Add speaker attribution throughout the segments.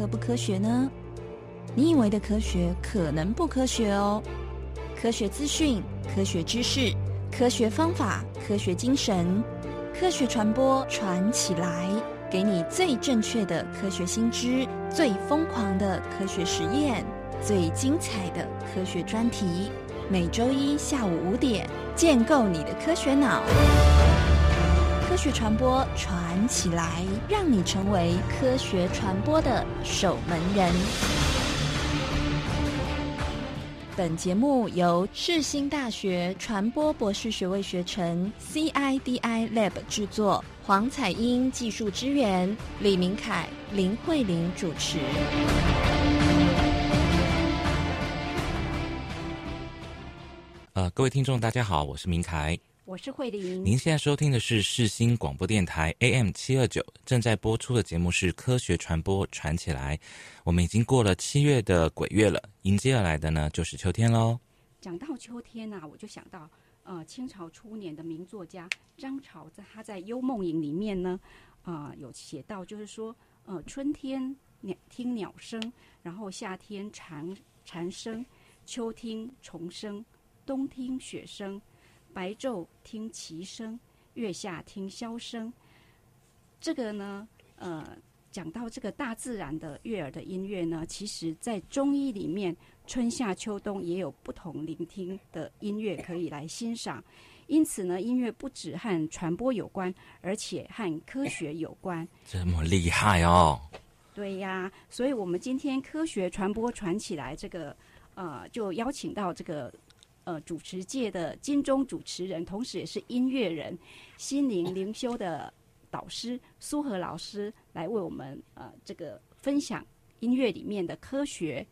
Speaker 1: 科不科学呢？你以为的科学可能不科学哦。科学资讯、科学知识、科学方法、科学精神，科学传播传起来，给你最正确的科学新知，最疯狂的科学实验，最精彩的科学专题。每周一下午5点，建构你的科学脑。科学传播传起来，让你成为科学传播的守门人。本节目由世新大学传播博士学位学程 CIDI Lab 制作，黄彩英技术支援，李明凯、林慧玲主持。
Speaker 2: 各位听众大家好，我是明凯，
Speaker 3: 我是慧玲。
Speaker 2: 您现在收听的是世新广播电台 AM729， 正在播出的节目是科学传播传起来。我们已经过了7月的鬼月了，迎接而来的呢就是秋天咯。
Speaker 3: 讲到秋天啊，我就想到清朝初年的名作家张潮他在《幽梦影》里面呢有写到，就是说春天听鸟声，然后夏天蝉声，秋听虫声，冬听雪声，白昼听旗声，月下听箫声。这个呢讲到这个大自然的悦耳的音乐呢，其实在中医里面春夏秋冬也有不同聆听的音乐可以来欣赏。因此呢，音乐不只和传播有关，而且和科学有关。
Speaker 2: 这么厉害哦。
Speaker 3: 对呀，所以我们今天科学传播传起来这个就邀请到这个主持界的金钟主持人，同时也是音乐人，心灵灵修的导师苏荷老师来为我们这个分享音乐里面的科学。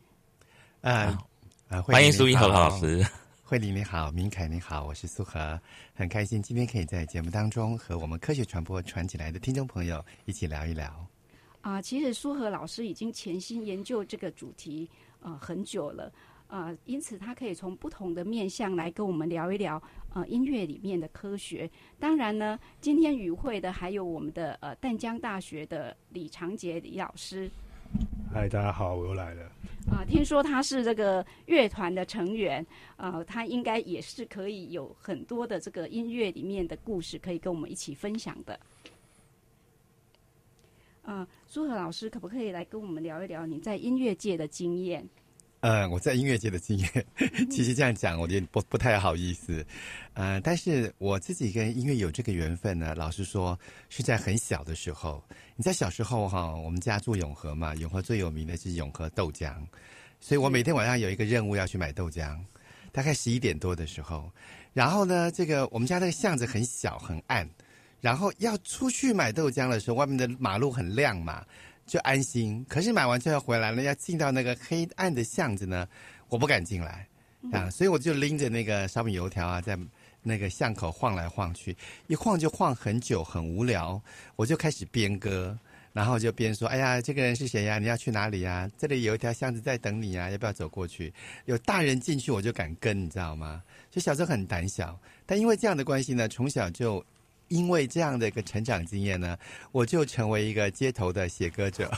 Speaker 2: 欢迎苏一荷老师。
Speaker 4: 慧玲你好，明凯你好，我是苏荷，很开心今天可以在节目当中和我们科学传播传起来的听众朋友一起聊一聊。
Speaker 3: 其实苏荷老师已经潜心研究这个主题很久了。因此他可以从不同的面向来跟我们聊一聊音乐里面的科学。当然呢，今天与会的还有我们的淡江大学的李长杰李老师。
Speaker 5: 嗨，大家好，我又来了。
Speaker 3: 听说他是这个乐团的成员，他应该也是可以有很多的这个音乐里面的故事可以跟我们一起分享的。苏荷老师可不可以来跟我们聊一聊你在音乐界的经验？
Speaker 4: 我在音乐界的经验，其实这样讲我觉得不太好意思。但是我自己跟音乐有这个缘分呢，老实说是在很小的时候。你在小时候我们家住永和嘛，永和最有名的是永和豆浆，所以我每天晚上有一个任务要去买豆浆，大概11点多的时候。然后呢，这个我们家那个巷子很小很暗，然后要出去买豆浆的时候，外面的马路很亮嘛，就安心。可是买完之后回来了，要进到那个黑暗的巷子呢，我不敢进来所以我就拎着那个烧饼油条在那个巷口晃来晃去，一晃就晃很久，很无聊。我就开始编歌，然后就边说：“哎呀，这个人是谁呀？你要去哪里呀？这里有一条巷子在等你呀，要不要走过去？”有大人进去我就敢跟，你知道吗？就小时候很胆小，但因为这样的关系呢，从小就因为这样的一个成长经验呢，我就成为一个街头的写歌者。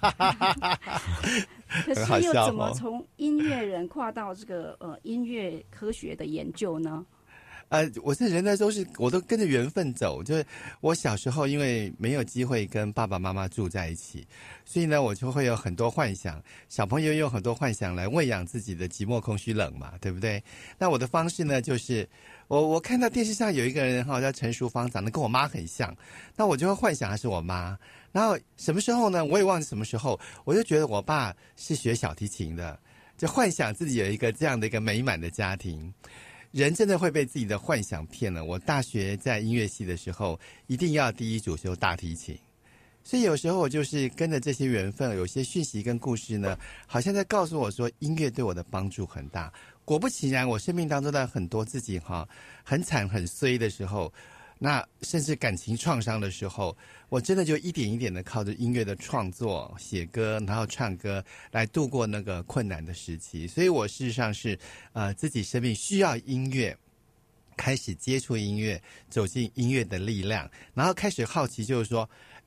Speaker 3: 可是又怎么从音乐人跨到这个音乐科学的研究呢？
Speaker 4: 我这人呢我都跟着缘分走。就是我小时候因为没有机会跟爸爸妈妈住在一起，所以呢我就会有很多幻想。小朋友用很多幻想来喂养自己的寂寞空虚冷嘛，对不对？那我的方式呢就是我看到电视上有一个人叫陈淑芳，长得跟我妈很像，那我就会幻想她是我妈。然后什么时候呢，我也忘记什么时候，我就觉得我爸是学小提琴的，就幻想自己有一个这样的一个美满的家庭。人真的会被自己的幻想骗了。我大学在音乐系的时候一定要第一主修大提琴，所以有时候我就是跟着这些缘分，有些讯息跟故事呢，好像在告诉我说音乐对我的帮助很大。果不其然，我生命当中的很多自己很惨很衰的时候，那甚至感情创伤的时候，我真的就一点一点的靠着音乐的创作写歌然后唱歌来度过那个困难的时期。所以我事实上是自己生命需要音乐，开始接触音乐，走进音乐的力量，然后开始好奇，就是说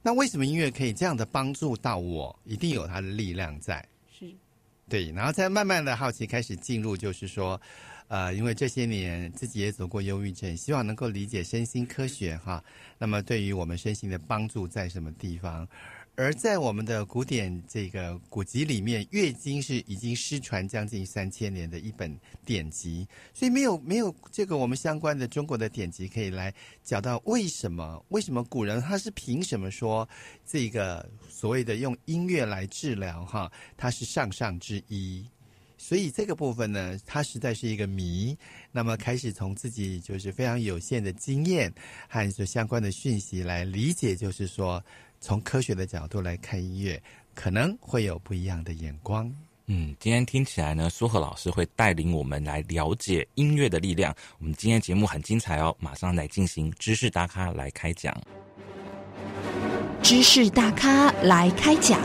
Speaker 4: 那为什么音乐可以这样的帮助到我？一定有它的力量在。
Speaker 3: 是，
Speaker 4: 对，然后再慢慢的好奇开始进入，就是说，因为这些年自己也走过忧郁症，希望能够理解身心科学哈。那么对于我们身心的帮助在什么地方？而在我们的古典这个古籍里面，《乐经》是已经失传将近3000年的一本典籍，所以没有这个我们相关的中国的典籍可以来讲到为什么古人他是凭什么说这个所谓的用音乐来治疗哈，它是上上之一。所以这个部分呢，它实在是一个谜。那么开始从自己就是非常有限的经验和所相关的讯息来理解，就是说从科学的角度来看音乐，可能会有不一样的眼光。
Speaker 2: 今天听起来呢，苏荷老师会带领我们来了解音乐的力量。我们今天节目很精彩哦，马上来进行知识大咖来开讲。
Speaker 1: 知识大咖来开讲。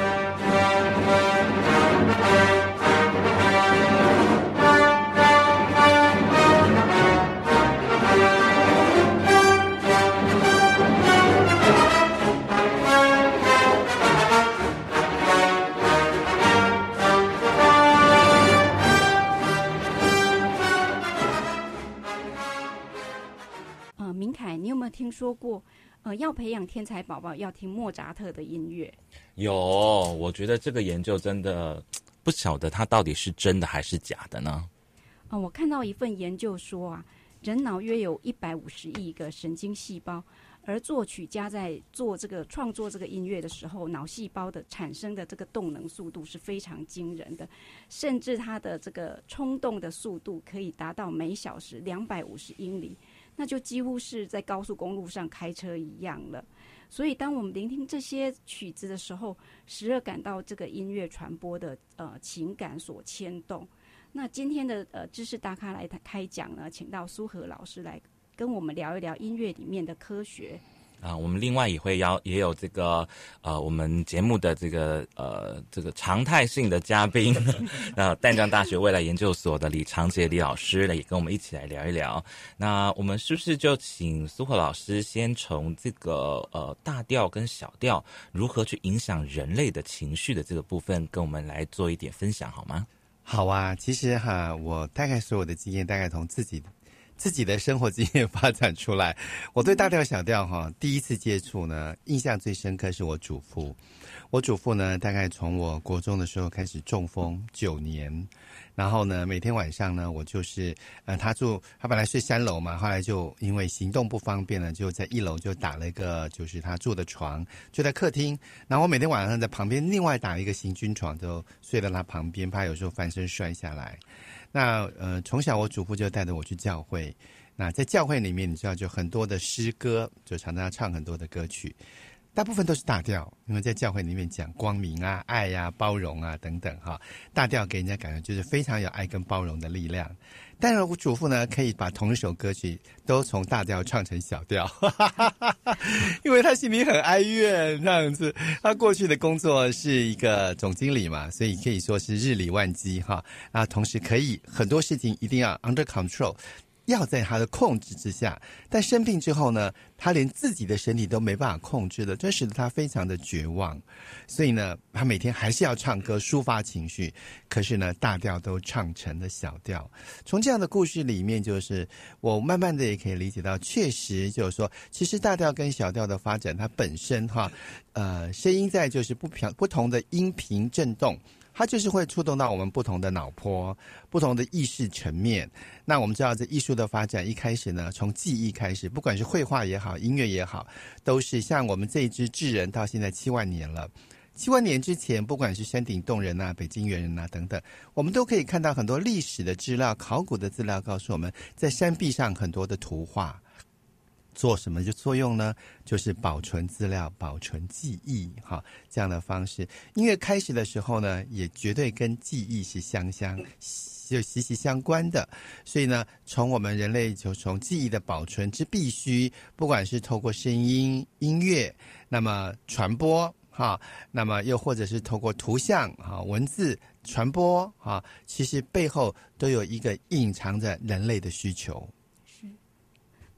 Speaker 3: 明凯，你有没有听说过，要培养天才宝宝要听莫扎特的音乐？
Speaker 2: 有，我觉得这个研究真的不晓得它到底是真的还是假的呢？
Speaker 3: 我看到一份研究说啊，人脑约有150亿个神经细胞，而作曲家在创作这个音乐的时候，脑细胞的产生的这个动能速度是非常惊人的，甚至它的这个冲动的速度可以达到每小时250英里。那就几乎是在高速公路上开车一样了。所以当我们聆听这些曲子的时候，时而感到这个音乐传播的情感所牵动。那今天的知识大咖来开讲呢，请到苏荷老师来跟我们聊一聊音乐里面的科学。
Speaker 2: 我们另外也有这个我们节目的这个常态性的嘉宾，淡江大学未来研究所的李长杰李老师也跟我们一起来聊一聊。那我们是不是就请苏荷老师先从这个大调跟小调如何去影响人类的情绪的这个部分，跟我们来做一点分享好吗？
Speaker 4: 好啊，其实我大概所有的经验大概从自己的生活经验发展出来。我对大调小调第一次接触呢，印象最深刻是我祖父。我祖父呢，大概从我国中的时候开始中风9年，然后呢，每天晚上呢，我就是他本来睡3楼嘛，后来就因为行动不方便呢，就在1楼就打了一个就是他住的床，就在客厅。然后我每天晚上在旁边另外打一个行军床，就睡在他旁边，怕有时候翻身摔下来。那从小我祖父就带着我去教会，那在教会里面你知道就很多的诗歌，就常常唱很多的歌曲，大部分都是大调，因为在教会里面讲光明啊、爱啊、包容啊等等大调给人家感觉就是非常有爱跟包容的力量。但是我祖父呢，可以把同一首歌曲都从大调唱成小调因为他心里很哀怨这样子。他过去的工作是一个总经理嘛，所以可以说是日理万机同时可以很多事情一定要 under control，要在他的控制之下。但生病之后呢，他连自己的身体都没办法控制了，这使得他非常的绝望。所以呢，他每天还是要唱歌抒发情绪，可是呢，大调都唱成了小调。从这样的故事里面，就是我慢慢的也可以理解到，确实就是说，其实大调跟小调的发展，它本身声音在就是不同的音频振动，它就是会触动到我们不同的脑波、不同的意识层面。那我们知道，这艺术的发展一开始呢，从记忆开始，不管是绘画也好，音乐也好，都是像我们这一支智人到现在7万年了。7万年之前，不管是山顶洞人啊、北京猿人啊等等，我们都可以看到很多历史的资料、考古的资料告诉我们，在山壁上很多的图画。做什么作用呢？就是保存资料、保存记忆这样的方式。音乐开始的时候呢，也绝对跟记忆是就息息相关的。所以呢，从我们人类就从记忆的保存之必须，不管是透过声音、音乐，那么传播那么又或者是透过图像文字传播其实背后都有一个隐藏着人类的需求。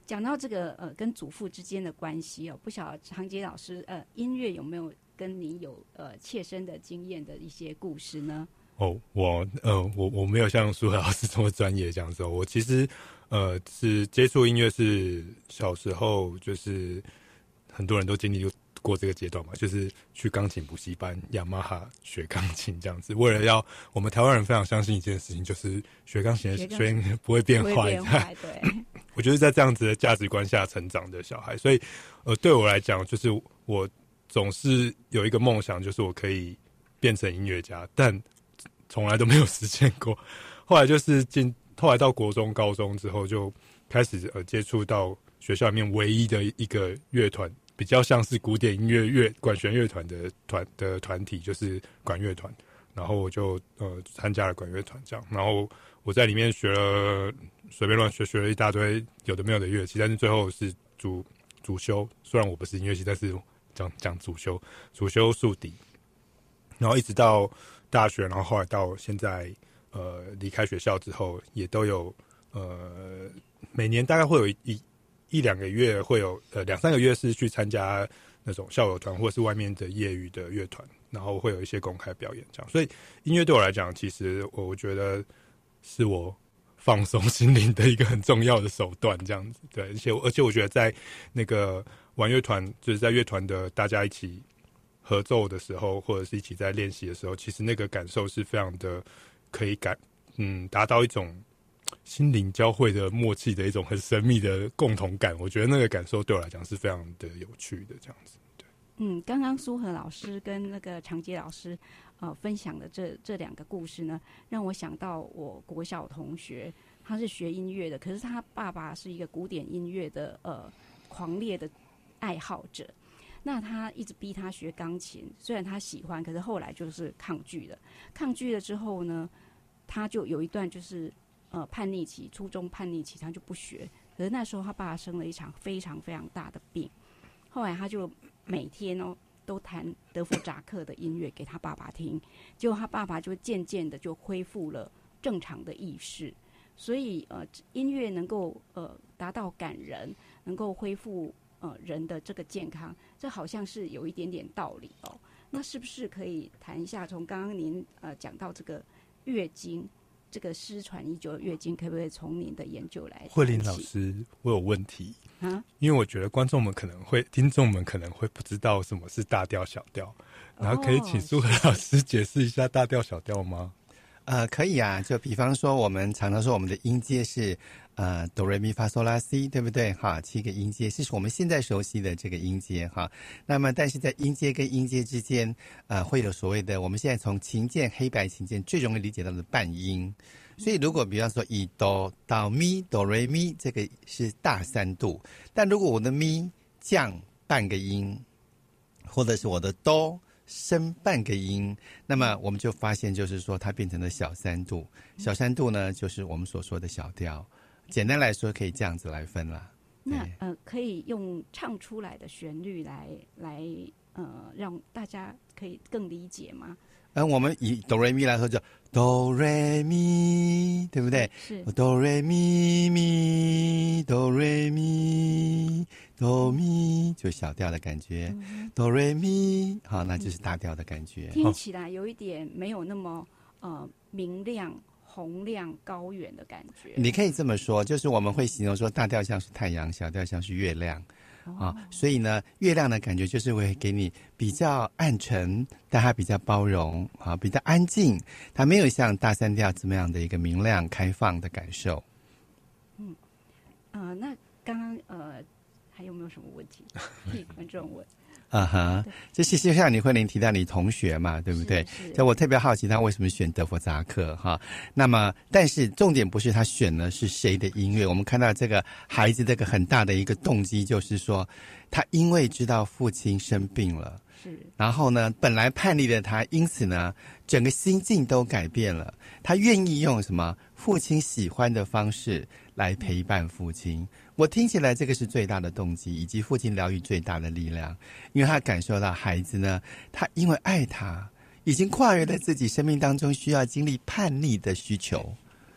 Speaker 3: 讲到这个跟祖父之间的关系哦，不晓得长杰老师音乐有没有跟你有切身的经验的一些故事呢？
Speaker 5: 我没有像苏和老师这么专业这样子哦。我其实是接触音乐是小时候，就是很多人都经历过这个阶段嘛，就是去钢琴补习班雅马哈学钢琴这样子。为了要我们台湾人非常相信一件事情，就是学钢琴的学音不会变坏，
Speaker 3: 对。
Speaker 5: 我就是在这样子的价值观下成长的小孩，所以对我来讲，就是我总是有一个梦想，就是我可以变成音乐家，但从来都没有实现过。后来到国中、高中之后，就开始接触到学校里面唯一的一个乐团，比较像是古典音乐管弦乐团的团体，就是管乐团。然后我就参加了管乐团，这样。然后我在里面学了随便乱学了一大堆有的没有的乐器，但是最后是主修，虽然我不是音乐系，但是讲主修竖笛。然后一直到大学，然后后来到现在离开学校之后，也都有每年大概会有一两个月，会有2-3个月是去参加那种校友团或者是外面的业余的乐团，然后会有一些公开表演这样。所以音乐对我来讲，其实我觉得是我放松心灵的一个很重要的手段，这样子。对，而且我觉得在那个玩乐团，就是在乐团的大家一起合奏的时候，或者是一起在练习的时候，其实那个感受是非常的可以达到一种心灵交汇的默契的一种很神秘的共同感。我觉得那个感受对我来讲是非常的有趣的，这样子。对，
Speaker 3: 刚刚苏和老师跟那个长杰老师分享的这两个故事呢，让我想到我国小同学，他是学音乐的，可是他爸爸是一个古典音乐的狂烈的爱好者。那他一直逼他学钢琴，虽然他喜欢，可是后来就是抗拒了。抗拒了之后呢，他就有一段就是叛逆期，初中叛逆期，他就不学。可是那时候他爸爸生了一场非常非常大的病，后来他就每天都弹德弗扎克的音乐给他爸爸听，结果他爸爸就渐渐的就恢复了正常的意识。所以音乐能够达到感人，能够恢复人的这个健康，这好像是有一点点道理哦。那是不是可以谈一下，从刚刚您讲到这个乐经，这个失传已久的乐经，可不可以从您的研究来？
Speaker 5: 慧玲老师，我有问题啊，因为我觉得听众们可能会不知道什么是大调小调，然后可以请苏和老师解释一下大调小调吗？
Speaker 4: 可以啊，就比方说我们常常说我们的音阶是哆来咪发嗦拉西，对不对哈？7个音阶是我们现在熟悉的这个音阶哈。那么但是在音阶跟音阶之间会有所谓的，我们现在从琴键黑白琴键最容易理解到的半音。所以如果比方说以哆到咪哆来咪，这个是大3度，但如果我的咪降半个音，或者是我的哆升半个音，那么我们就发现就是说它变成了小3度。小3度呢就是我们所说的小调。简单来说可以这样子来分啦。
Speaker 3: 那可以用唱出来的旋律来让大家可以更理解吗？
Speaker 4: 我们以哆来咪来说就哆来咪，对不对？
Speaker 3: 是
Speaker 4: 哆来咪咪哆来咪哆咪，就小调的感觉。哆来咪，好，那就是大调的感觉。
Speaker 3: 听起来有一点没有那么明亮、洪亮、高远的感觉。
Speaker 4: 你可以这么说，就是我们会形容说大调像是太阳，小调像是月亮。所以呢，月亮的感觉就是会给你比较暗沉，但它比较包容，比较安静，它没有像大3调这么样的一个明亮开放的感受。
Speaker 3: 那刚刚还有没有什么问题替观众问？
Speaker 4: 这其实像你慧玲提到你同学嘛，对不对？就我特别好奇他为什么选德弗扎克哈。那么但是重点不是他选的是谁的音乐，我们看到这个孩子这个很大的一个动机就是说，他因为知道父亲生病了，然后呢本来叛逆的他，因此呢整个心境都改变了，他愿意用什么父亲喜欢的方式来陪伴父亲。我听起来这个是最大的动机，以及父亲疗愈最大的力量，因为他感受到孩子呢，他因为爱他，已经跨越了自己生命当中需要经历叛逆的需求，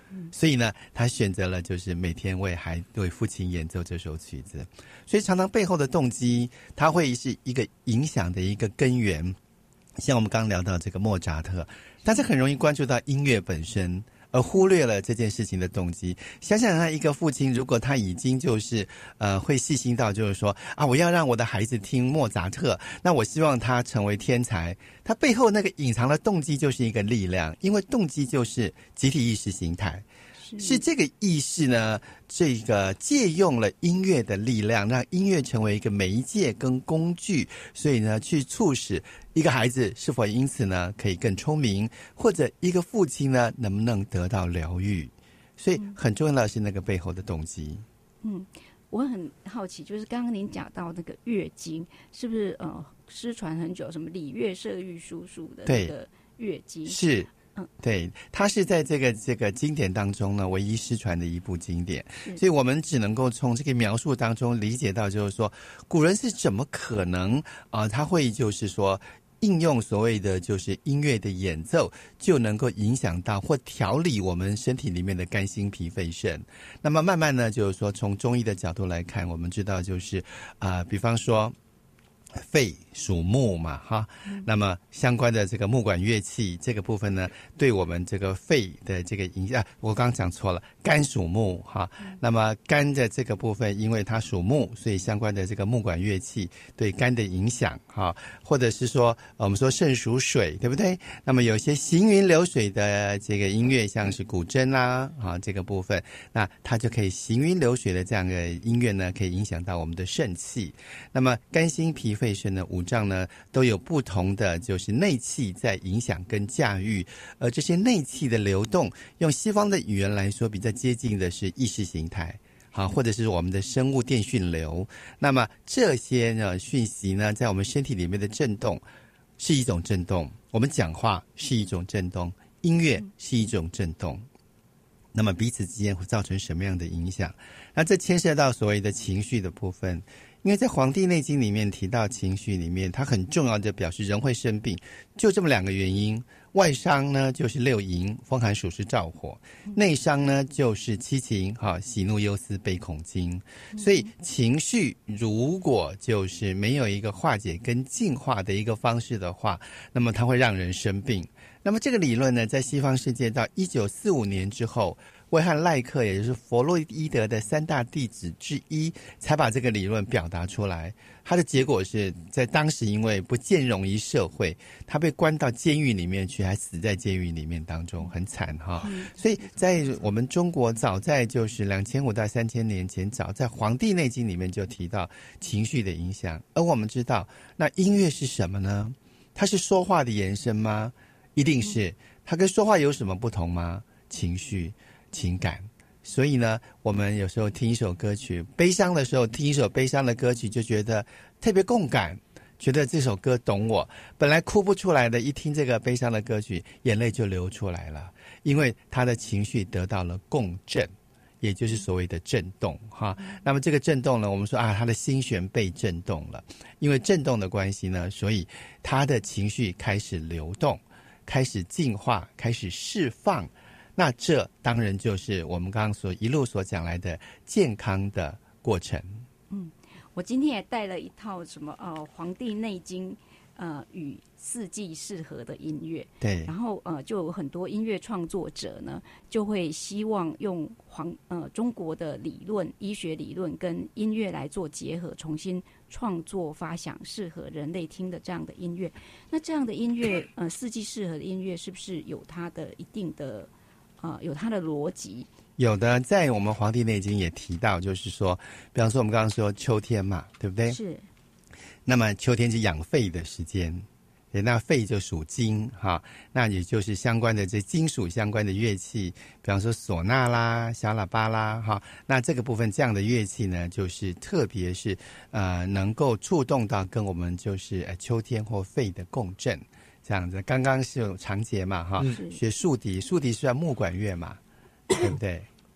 Speaker 4: 所以呢，他选择了就是每天为父亲演奏这首曲子。所以常常背后的动机，它会是一个影响的一个根源。像我们刚刚聊到这个莫扎特，大家很容易关注到音乐本身，而忽略了这件事情的动机。想想他一个父亲，如果他已经就是会细心到就是说啊，我要让我的孩子听莫扎特，那我希望他成为天才，他背后那个隐藏的动机就是一个力量，因为动机就是集体意识形态。是这个意识呢，这个借用了音乐的力量，让音乐成为一个媒介跟工具，所以呢，去促使一个孩子是否因此呢可以更聪明，或者一个父亲呢能不能得到疗愈。所以很重要的是那个背后的动机。
Speaker 3: 我很好奇，就是刚刚您讲到那个乐经，是不是失传很久，什么李岳射御叔叔的那个乐经？是。
Speaker 4: 对，它是在这个经典当中呢唯一失传的一部经典，所以我们只能够从这个描述当中理解到，就是说古人是怎么可能他会就是说应用所谓的就是音乐的演奏，就能够影响到或调理我们身体里面的肝心脾肺肾。那么慢慢呢，就是说从中医的角度来看，我们知道就是比方说肺属木嘛，哈，那么相关的这个木管乐器这个部分呢，对我们这个肺的这个影响，我刚刚讲错了，肝属木哈，那么肝的这个部分，因为它属木，所以相关的这个木管乐器对肝的影响哈，或者是说我们说肾属水，对不对？那么有些行云流水的这个音乐，像是古筝啦这个部分，那它就可以行云流水的这样的音乐呢，可以影响到我们的肾气。那么肝心脾肺肾呢，五脏呢都有不同的就是内气在影响跟驾驭，而这些内气的流动，用西方的语言来说，比较接近的是意识形态，或者是我们的生物电讯流。那么这些呢讯息呢，在我们身体里面的震动是一种震动，我们讲话是一种震动，音乐是一种震动。那么彼此之间会造成什么样的影响？那这牵涉到所谓的情绪的部分。因为在《黄帝内经》里面提到情绪里面，它很重要的表示人会生病，就这么两个原因。外伤呢就是六淫，风寒暑湿燥火；内伤呢就是七情，喜怒忧思悲恐惊。所以情绪如果就是没有一个化解跟净化的一个方式的话，那么它会让人生病。那么这个理论呢，在西方世界到1945年之后，威汉赖克也就是弗洛伊德的3大弟子之一，才把这个理论表达出来。他的结果是在当时因为不见容于社会，他被关到监狱里面去，还死在监狱里面当中，很惨哈。所以在我们中国早在就是2500到3000年前，早在《黄帝内经》里面就提到情绪的影响。而我们知道，那音乐是什么呢？它是说话的延伸吗？一定是。它跟说话有什么不同吗？情绪情感。所以呢，我们有时候听一首歌曲，悲伤的时候听一首悲伤的歌曲，就觉得特别共感，觉得这首歌懂我。本来哭不出来的，一听这个悲伤的歌曲，眼泪就流出来了，因为他的情绪得到了共振，也就是所谓的震动哈。那么这个震动呢，我们说他的心弦被震动了，因为震动的关系呢，所以他的情绪开始流动，开始净化，开始释放。那这当然就是我们刚刚一路所讲来的健康的过程。
Speaker 3: 我今天也带了一套什么《黄帝内经》与四季适合的音乐。对。然后就有很多音乐创作者呢，就会希望用中国的理论、医学理论跟音乐来做结合，重新创作发想适合人类听的这样的音乐。那这样的音乐四季适合的音乐，是不是有它的一定的有它的逻辑？
Speaker 4: 有的，在我们《黄帝内经》也提到，就是说，比方说我们刚刚说秋天嘛，对不对？是。那么秋天是养肺的时间，那肺就属金哈，那也就是相关的这金属相关的乐器，比方说唢呐啦、小喇叭啦哈，那这个部分这样的乐器呢，就是特别是能够触动到跟我们就是秋天或肺的共振。这样子，刚刚是有长节嘛，哈，学竖笛，竖笛是要木管乐嘛，对不对？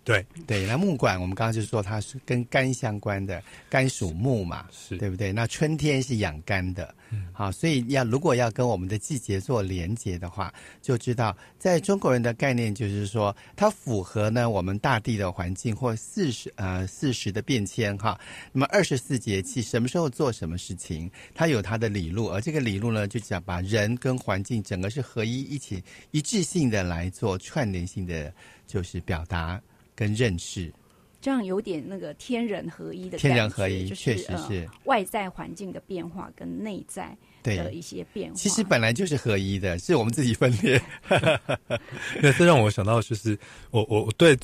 Speaker 5: 对
Speaker 4: 对，那木管我们刚刚就说它是跟肝相关的，肝属木嘛，
Speaker 5: 是
Speaker 4: 对不对？那春天是养肝的，好，所以如果要跟我们的季节做连结的话，就知道在中国人的概念就是说，它符合呢我们大地的环境或40的变迁哈。那么24节气什么时候做什么事情，它有它的理路，而这个理路呢，就讲把人跟环境整个是合一起一致性的来做串联性的，就是表达跟认识。
Speaker 3: 这样有点那个天人合一的感觉，
Speaker 4: 天人合一，
Speaker 3: 就是
Speaker 4: 确实是
Speaker 3: 外在环境的变化跟内在的一些变化。
Speaker 4: 其实本来就是合一的，是我们自己分裂。
Speaker 5: 对，这让我想到就是我对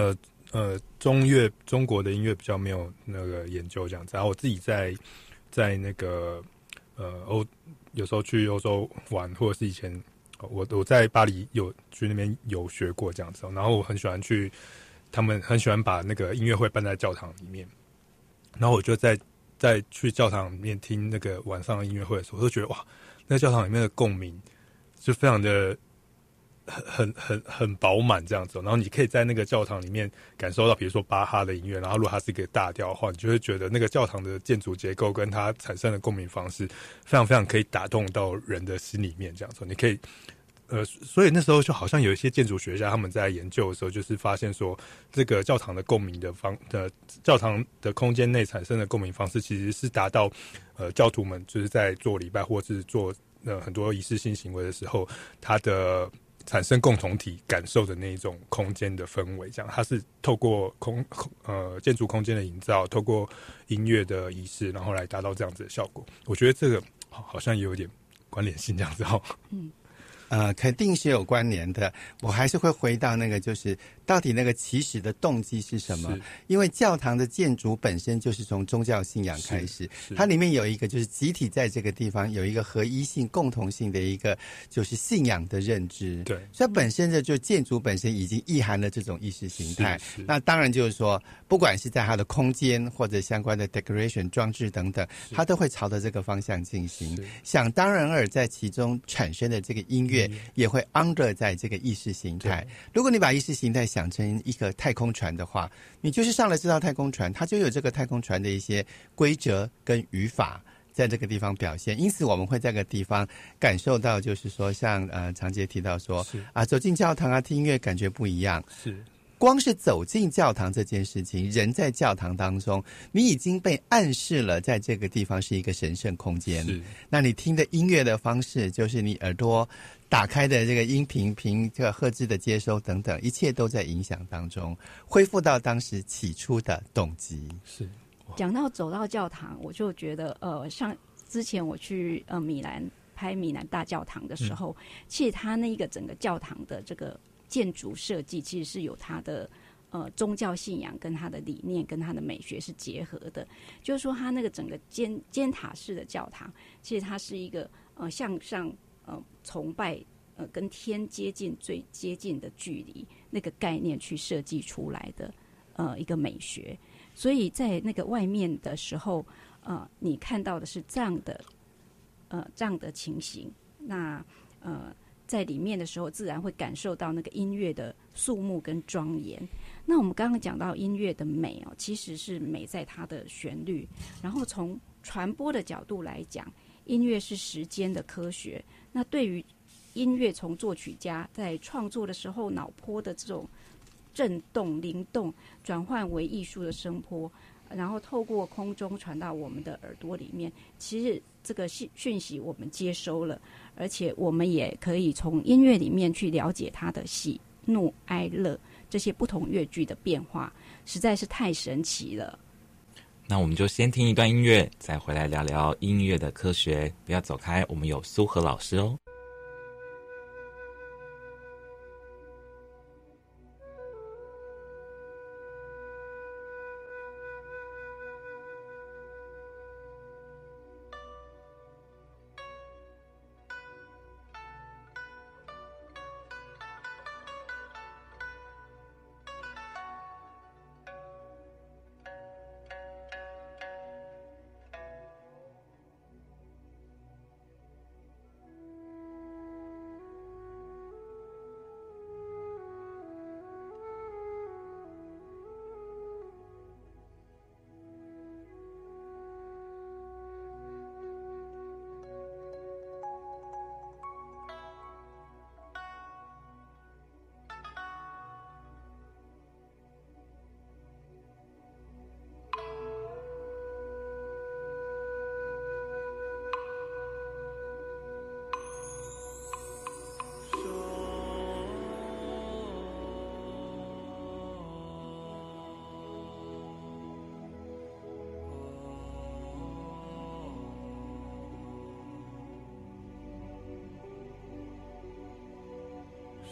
Speaker 5: 中国的音乐比较没有那个研究这样子，然后我自己在那个有时候去欧洲玩，或者是以前我在巴黎有去那边有学过这样子，然后我很喜欢去。他们很喜欢把那个音乐会办在教堂里面，然后我就在去教堂里面听那个晚上的音乐会的时候，我都觉得哇，那个教堂里面的共鸣就非常的很饱满这样子，然后你可以在那个教堂里面感受到，比如说巴哈的音乐，然后如果它是一个大调的话，你就会觉得那个教堂的建筑结构跟它产生的共鸣方式非常非常可以打动到人的心里面这样子，你可以。所以那时候就好像有一些建筑学家他们在研究的时候，就是发现说，这个教堂的共鸣教堂的空间内产生的共鸣方式，其实是达到教徒们就是在做礼拜或是做很多仪式性行为的时候，它的产生共同体感受的那一种空间的氛围，这样它是透过建筑空间的营造，透过音乐的仪式，然后来达到这样子的效果。我觉得这个好像也有点关联性这样子哦。
Speaker 4: 肯定是有关联的。我还是会回到那个，就是到底那个起始的动机是什么？因为教堂的建筑本身就是从宗教信仰开始，它里面有一个就是集体在这个地方有一个合一性、共同性的一个就是信仰的认知。
Speaker 5: 对，
Speaker 4: 所以本身的就建筑本身已经意含了这种意识形态。那当然就是说，不管是在它的空间或者相关的 decoration 装置等等，它都会朝着这个方向进行。想当然尔，在其中产生的这个音乐。也会 under 在这个意识形态。如果你把意识形态想成一个太空船的话，你就是上了这艘太空船，它就有这个太空船的一些规则跟语法在这个地方表现。因此我们会在这个地方感受到，就是说像长杰提到说走进教堂听音乐感觉不一样。
Speaker 5: 是
Speaker 4: 光是走进教堂这件事情，人在教堂当中，你已经被暗示了在这个地方是一个神圣空间。那你听的音乐的方式，就是你耳朵打开的这个音频这个赫兹的接收等等，一切都在影响当中，恢复到当时起初的动机。
Speaker 5: 是
Speaker 3: 讲到走到教堂，我就觉得像之前我去米兰拍米兰大教堂的时候，其实它那个整个教堂的这个建筑设计其实是有它的宗教信仰跟它的理念跟它的美学是结合的。就是说它那个整个尖塔式的教堂，其实它是一个向上崇拜跟天最接近的距离那个概念去设计出来的一个美学。所以在那个外面的时候你看到的是这样的情形，那在里面的时候自然会感受到那个音乐的肃穆跟庄严。那我们刚刚讲到音乐的美其实是美在它的旋律，然后从传播的角度来讲，音乐是时间的科学。那对于音乐从作曲家在创作的时候脑波的这种震动灵动转换为艺术的声波，然后透过空中传到我们的耳朵里面，其实这个讯息我们接收了，而且我们也可以从音乐里面去了解它的喜怒哀乐这些不同乐句的变化，实在是太神奇了。
Speaker 2: 那我们就先听一段音乐，再回来聊聊音乐的科学。不要走开，我们有苏荷老师哦。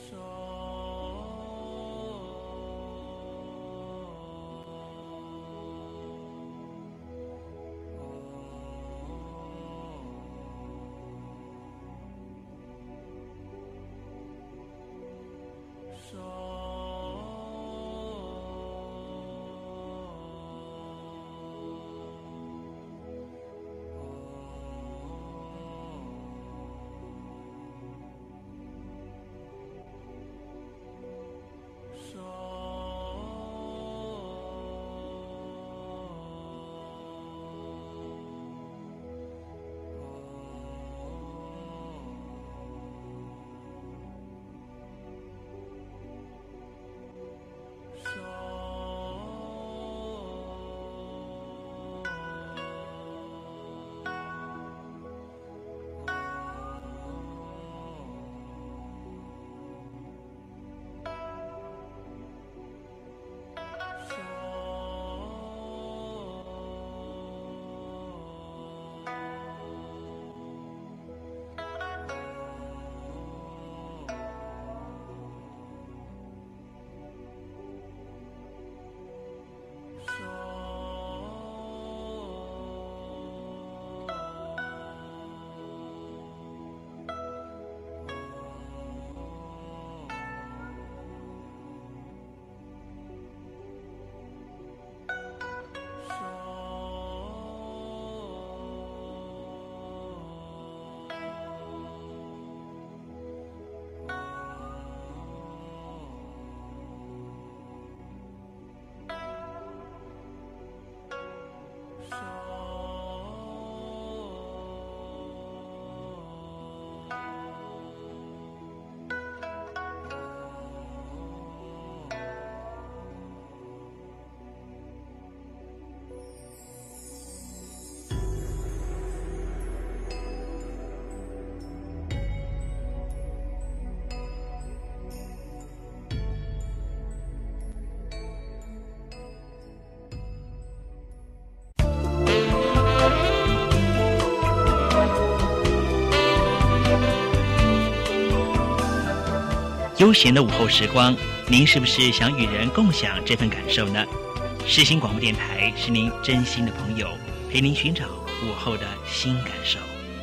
Speaker 6: 悠闲的午后时光，您是不是想与人共享这份感受呢？世新广播电台是您真心的朋友，陪您寻找午后的新感受。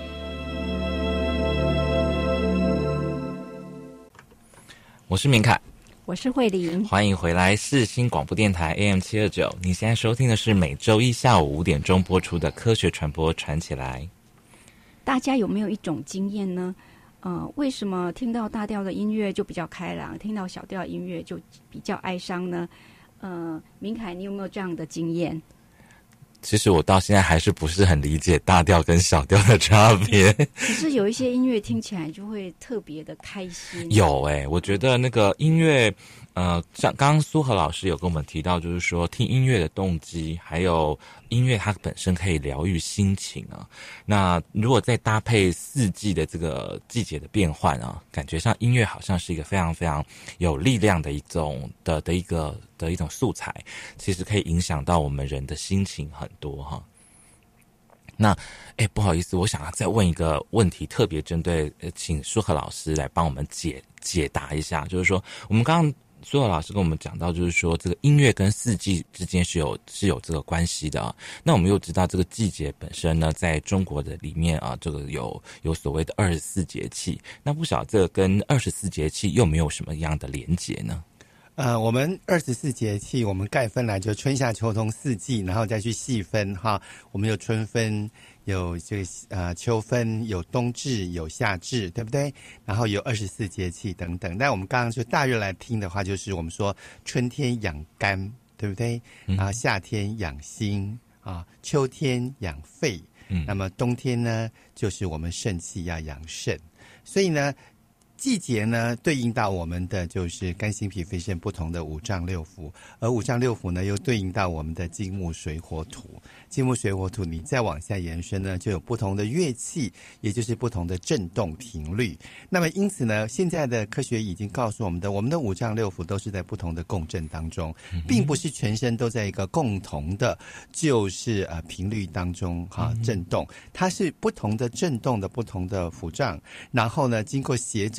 Speaker 2: 我是明凯，
Speaker 3: 我是慧玲，
Speaker 2: 欢迎回来世新广播电台 AM729。你现在收听的是每周一下午5点钟播出的科学传播传起来。
Speaker 3: 大家有没有一种经验呢？为什么听到大调的音乐就比较开朗，听到小调音乐就比较哀伤呢？明凯，你有没有这样的经验？
Speaker 2: 其实我到现在还是不是很理解大调跟小调的差别。
Speaker 3: 可是有一些音乐听起来就会特别的开心。
Speaker 2: 有我觉得那个音乐，像刚刚苏和老师有跟我们提到，就是说听音乐的动机，还有音乐它本身可以疗愈心情啊。那如果再搭配四季的这个季节的变换啊，感觉上音乐好像是一个非常非常有力量的一种的一种素材，其实可以影响到我们人的心情很多哈。那不好意思，我想要再问一个问题，特别针对请舒和老师来帮我们解答一下，就是说我们刚刚苏和老师跟我们讲到，就是说这个音乐跟四季之间是有这个关系的啊。那我们又知道这个季节本身呢，在中国的里面啊，这个有所谓的24节气。那不晓得这个跟24节气又没有什么样的连结呢？
Speaker 4: 我们24节气，我们概分来就春夏秋冬四季，然后再去细分哈。我们有春分，有这个秋分，有冬至，有夏至，对不对？然后有24节气等等。但我们刚刚就大约来听的话，就是我们说春天养肝，对不对？啊，夏天养心啊，秋天养肺。那么冬天呢，就是我们肾气要养肾，所以呢。季节呢，对应到我们的就是肝心脾肺肾不同的五脏六腑，而五脏六腑呢，又对应到我们的金木水火土。金木水火土，你再往下延伸呢，就有不同的乐器，也就是不同的振动频率。那么因此呢，现在的科学已经告诉我们的五脏六腑都是在不同的共振当中，并不是全身都在一个共同的，就是频率当中振动，它是不同的振动的不同的腑脏，然后呢，经过谐振。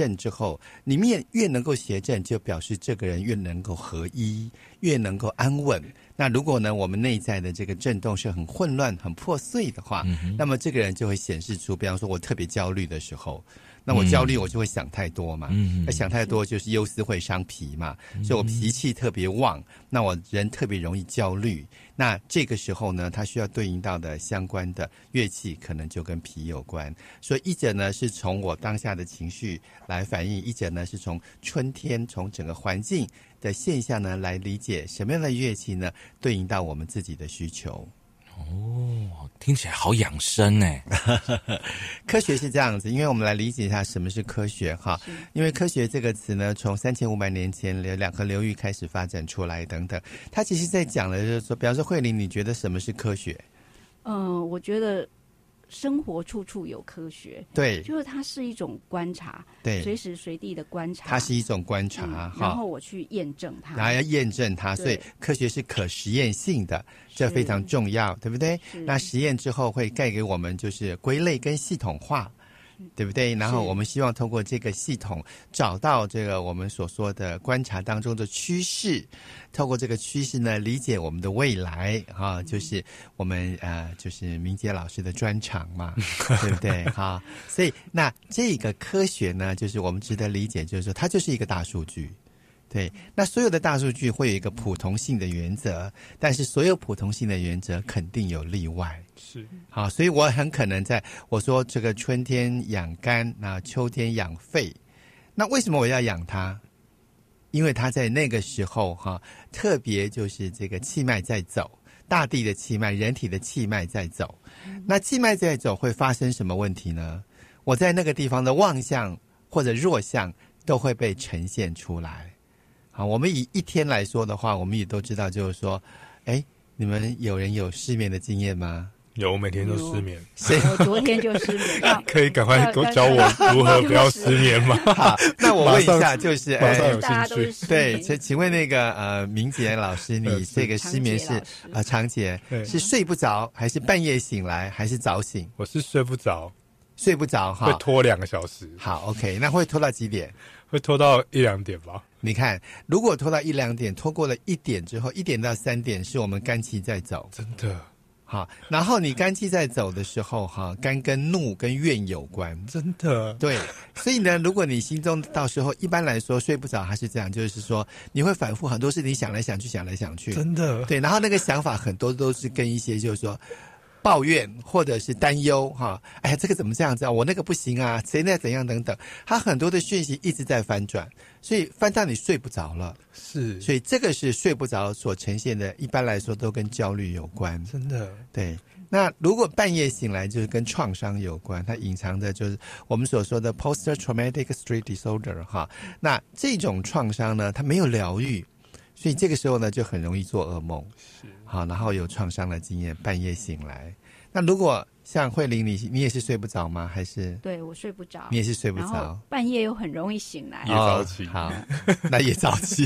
Speaker 4: 正之后，里面越能够协正，就表示这个人越能够合一，越能够安稳。那如果呢，我们内在的这个震动是很混乱、很破碎的话，那么这个人就会显示出，比方说我特别焦虑的时候，那我焦虑我就会想太多嘛，那想太多就是忧思会伤脾嘛，所以我脾气特别旺，那我人特别容易焦虑。那这个时候呢，它需要对应到的相关的乐器可能就跟脾有关。所以一者呢是从我当下的情绪来反映，一者呢是从春天，从整个环境的现象呢来理解什么样的乐器呢对应到我们自己的需求。
Speaker 2: 哦，听起来好养生哎。
Speaker 4: 科学是这样子，因为我们来理解一下什么是科学哈。因为科学这个词呢，从3500年前两河流域开始发展出来等等，它其实在讲的就是说，比方说慧玲，你觉得什么是科学？
Speaker 3: 我觉得生活处处有科学，
Speaker 4: 对，
Speaker 3: 就是它是一种观察，
Speaker 4: 对，
Speaker 3: 随时随地的观察，
Speaker 4: 它是一种观察，
Speaker 3: 然后我去验证它，
Speaker 4: 然后要验证它，所以科学是可实验性的，这非常重要，对不对？那实验之后会带给我们就是归类跟系统化，对不对？然后我们希望通过这个系统找到这个我们所说的观察当中的趋势，透过这个趋势呢，理解我们的未来啊，就是我们就是明杰老师的专长嘛，对不对？哈，所以那这个科学呢，就是我们值得理解，就是说它就是一个大数据。对，那所有的大数据会有一个普通性的原则，但是所有普通性的原则肯定有例外。
Speaker 5: 是，
Speaker 4: 好，所以我很可能在我说这个春天养肝，那秋天养肺，那为什么我要养它？因为它在那个时候特别就是这个气脉在走，大地的气脉，人体的气脉在走。那气脉在走会发生什么问题呢？我在那个地方的旺相或者弱相都会被呈现出来。好，我们以一天来说的话，我们也都知道，就是说，你们有人有失眠的经验吗？
Speaker 5: 有，我每天都失眠。
Speaker 3: 我昨天就失眠。
Speaker 5: 可以赶快教我如何不要失眠吗？
Speaker 4: 好，那我问一下，就是
Speaker 5: 马上有兴趣。
Speaker 4: 对，请问那个明杰老师，你这个失眠是长姐是睡不着，还是半夜醒来，还是早醒？
Speaker 5: 我是睡不着。
Speaker 4: 睡不着哈，
Speaker 5: 会拖2个小时。
Speaker 4: 好 ，OK， 那会拖到几点？
Speaker 5: 会拖到1-2点吧。
Speaker 4: 你看，如果拖到1-2点，拖过了1点之后，1点到3点是我们肝气在走，
Speaker 5: 真的。
Speaker 4: 好，然后你肝气在走的时候，肝跟怒跟怨有关，
Speaker 5: 真的。
Speaker 4: 对，所以呢，如果你心中到时候一般来说睡不着，还是这样，就是说你会反复很多事情想来想去，想来想去，
Speaker 5: 真的。对，
Speaker 4: 然后那个想法很多都是跟一些就是说抱怨或者是担忧哎呀，这个怎么这样子啊？我那个不行啊，谁那怎样等等，他很多的讯息一直在翻转，所以翻到你睡不着了。
Speaker 5: 是，
Speaker 4: 所以这个是睡不着所呈现的，一般来说都跟焦虑有关。
Speaker 5: 真的。
Speaker 4: 对，那如果半夜醒来，就是跟创伤有关，它隐藏的就是我们所说的 post-traumatic stress disorder 那这种创伤呢，它没有疗愈，所以这个时候呢就很容易做噩梦。是，好，然后有创伤的经验，半夜醒来。那如果像慧玲，你也是睡不着吗？还是？
Speaker 3: 对，我睡不着。
Speaker 4: 你也是睡不着，
Speaker 3: 然后半夜又很容易醒来，
Speaker 5: 也早起。
Speaker 4: 好，那也早起。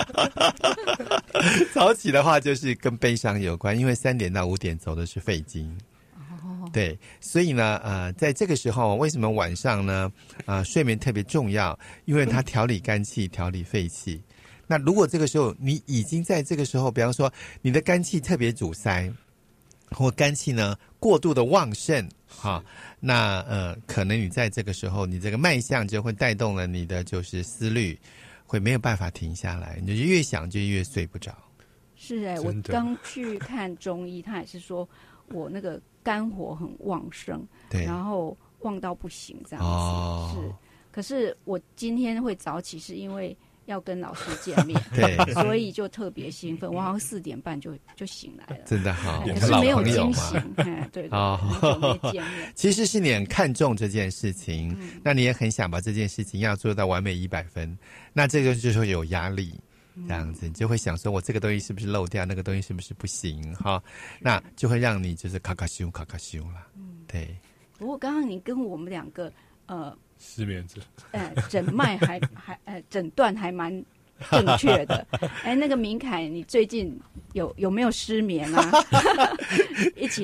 Speaker 4: 早起的话，就是跟悲伤有关，因为3点到5点走的是肺经。对，所以呢，在这个时候，为什么晚上呢？睡眠特别重要，因为它调理肝气，调理肺气。那如果这个时候你已经在这个时候，比方说你的肝气特别阻塞，或肝气呢过度的旺盛，那可能你在这个时候，你这个脉象就会带动了你的就是思虑，会没有办法停下来，你就越想就越睡不着。
Speaker 3: 是我刚去看中医，他也是说我那个肝火很旺盛，
Speaker 4: 对，
Speaker 3: 然后旺到不行这样子。是，可是我今天会早起，是因为要跟老师见面，
Speaker 4: 对，
Speaker 3: 所以就特别兴奋。我好像4点半就醒来了，
Speaker 4: 真的好，
Speaker 3: 可是没有惊醒，对，很久没见面。
Speaker 4: 其实是你很看重这件事情，那你也很想把这件事情要做到完美100分，那这个就是会有压力。这样子，你就会想说，我这个东西是不是漏掉，那个东西是不是不行那就会让你就是卡卡修啦。对。
Speaker 3: 不过刚刚你跟我们2个
Speaker 5: 失眠者，
Speaker 3: 诊脉诊断还蛮正确的。那个明凯，你最近有没有失眠啊？一起来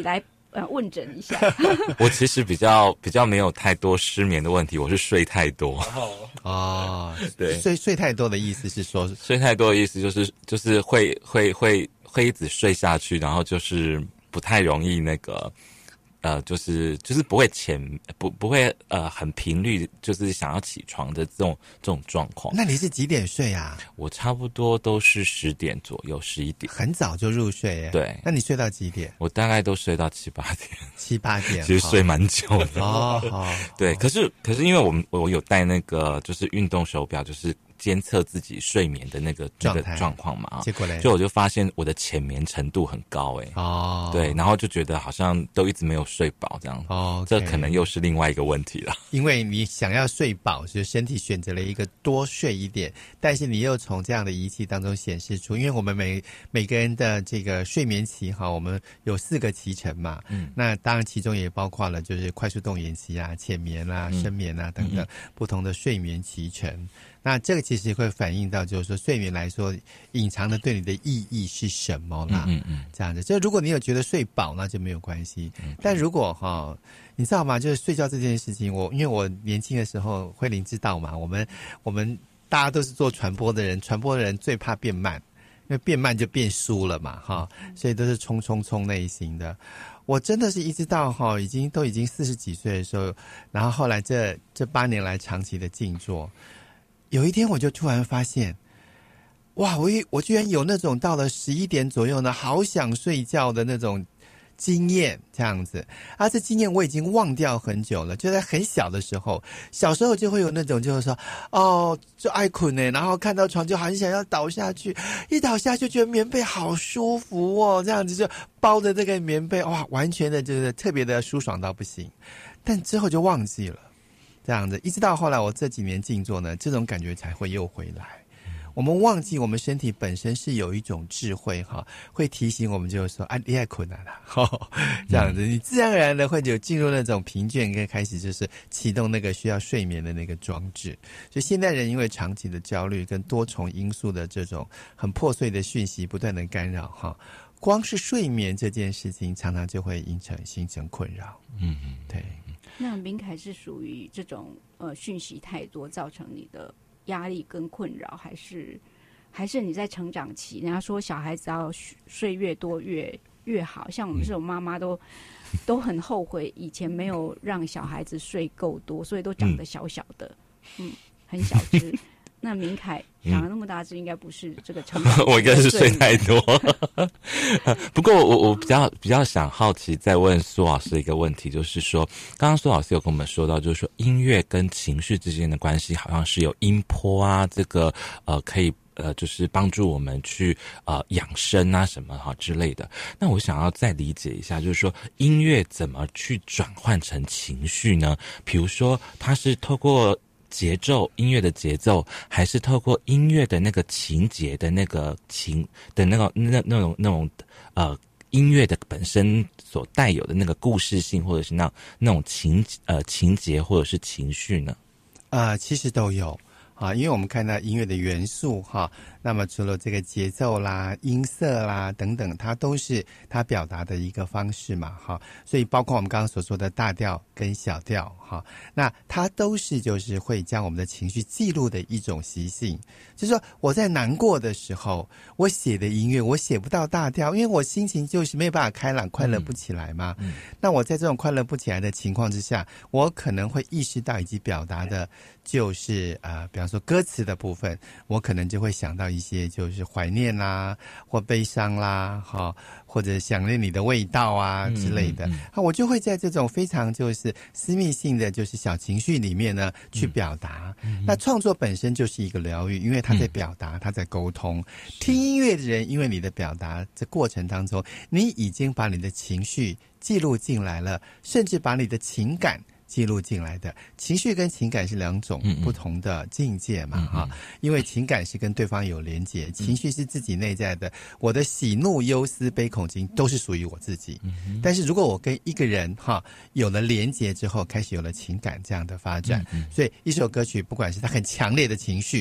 Speaker 3: 问诊一下。
Speaker 2: 我其实比较没有太多失眠的问题，我是睡太多。
Speaker 4: 哦，
Speaker 2: 对，
Speaker 4: 睡太多的意思是说，
Speaker 2: 睡太多的意思就是会一直睡下去，然后就是不太容易那个。就是不会不会很频率，就是想要起床的这种状况。
Speaker 4: 那你是几点睡啊？
Speaker 2: 我差不多都是10点左右，11点，
Speaker 4: 很早就入睡耶。
Speaker 2: 对，
Speaker 4: 那你睡到几点？
Speaker 2: 我大概都睡到7、8点
Speaker 4: ，7、8点，
Speaker 2: 其实睡蛮久的。
Speaker 4: 哦，
Speaker 2: 对，可是因为我有带那个就是运动手表，就是监测自己睡眠的那个状况嘛，
Speaker 4: 结果嘞，
Speaker 2: 就我就发现我的浅眠程度很高
Speaker 4: 哦，
Speaker 2: 对，然后就觉得好像都一直没有睡饱这样，这可能又是另外一个问题了。
Speaker 4: 因为你想要睡饱，就身体选择了一个多睡一点，但是你又从这样的仪器当中显示出，因为我们每个人的这个睡眠期我们有4个期程嘛，那当然其中也包括了就是快速动眼期啊、浅眠啊、深眠啊等等不同的睡眠期程。那这个其实会反映到，就是说睡眠来说，隐藏的对你的意义是什么啦？这样子。就如果你有觉得睡饱，那就没有关系。但如果你知道吗？就是睡觉这件事情，因为我年轻的时候，慧玲知道嘛，我们大家都是做传播的人，传播的人最怕变慢，因为变慢就变输了嘛，所以都是冲类型的。我真的是一直到都已经40几岁的时候，然后后来这8年来长期的静坐。有一天我就突然发现，哇，我居然有那种到了11点左右呢，好想睡觉的那种经验，这样子。这经验我已经忘掉很久了，就在很小的时候，小时候就会有那种就是说，就爱睏然后看到床就很想要倒下去，一倒下去觉得棉被好舒服这样子就包着这个棉被，哇，完全的就是特别的舒爽到不行，但之后就忘记了。这样子，一直到后来我这几年静坐呢，这种感觉才会又回来。我们忘记我们身体本身是有一种智慧会提醒我们，就是说你太困难了，这样子，你自然而然的会有进入那种疲倦，跟开始就是启动那个需要睡眠的那个装置。所以现代人因为长期的焦虑跟多重因素的这种很破碎的讯息不断的干扰光是睡眠这件事情常常就会形成困扰。对。
Speaker 3: 那明凯是属于这种讯息太多造成你的压力跟困扰，还是你在成长期？人家说小孩子要睡越多越好，像我们这种妈妈都很后悔以前没有让小孩子睡够多，所以都长得小小的，很小只。那明凯长了那么大只，应该不是这个成长。
Speaker 2: 我应该是睡太多。不过我比较想好奇再问苏老师一个问题，就是说，刚刚苏老师有跟我们说到，就是说音乐跟情绪之间的关系，好像是有音波啊，这个可以就是帮助我们去养生啊什么之类的。那我想要再理解一下，就是说音乐怎么去转换成情绪呢？比如说它是透过节奏，音乐的节奏，还是透过音乐的那个情节的那个那种音乐的本身所带有的那个故事性，或者是那种情节或者是情绪呢？
Speaker 4: 其实都有因为我们看到音乐的元素那么除了这个节奏啦、音色啦等等，它都是它表达的一个方式嘛所以包括我们刚刚所说的大调跟小调那它都是就是会将我们的情绪记录的一种习性。就是说我在难过的时候，我写的音乐我写不到大调，因为我心情就是没有办法开朗，快乐不起来嘛那我在这种快乐不起来的情况之下，我可能会意识到以及表达的就是比方说歌词的部分，我可能就会想到一些就是怀念啦，或悲伤啦或者想念你的味道啊之类的我就会在这种非常就是私密性的就是小情绪里面呢去表达那创作本身就是一个疗愈，因为他在表达，他在沟通听音乐的人，因为你的表达这过程当中，你已经把你的情绪记录进来了，甚至把你的情感记录进来的。情绪跟情感是两种不同的境界嘛因为情感是跟对方有连结，情绪是自己内在的，我的喜怒忧思悲恐惊都是属于我自己但是如果我跟一个人有了连结之后，开始有了情感这样的发展所以一首歌曲不管是它很强烈的情绪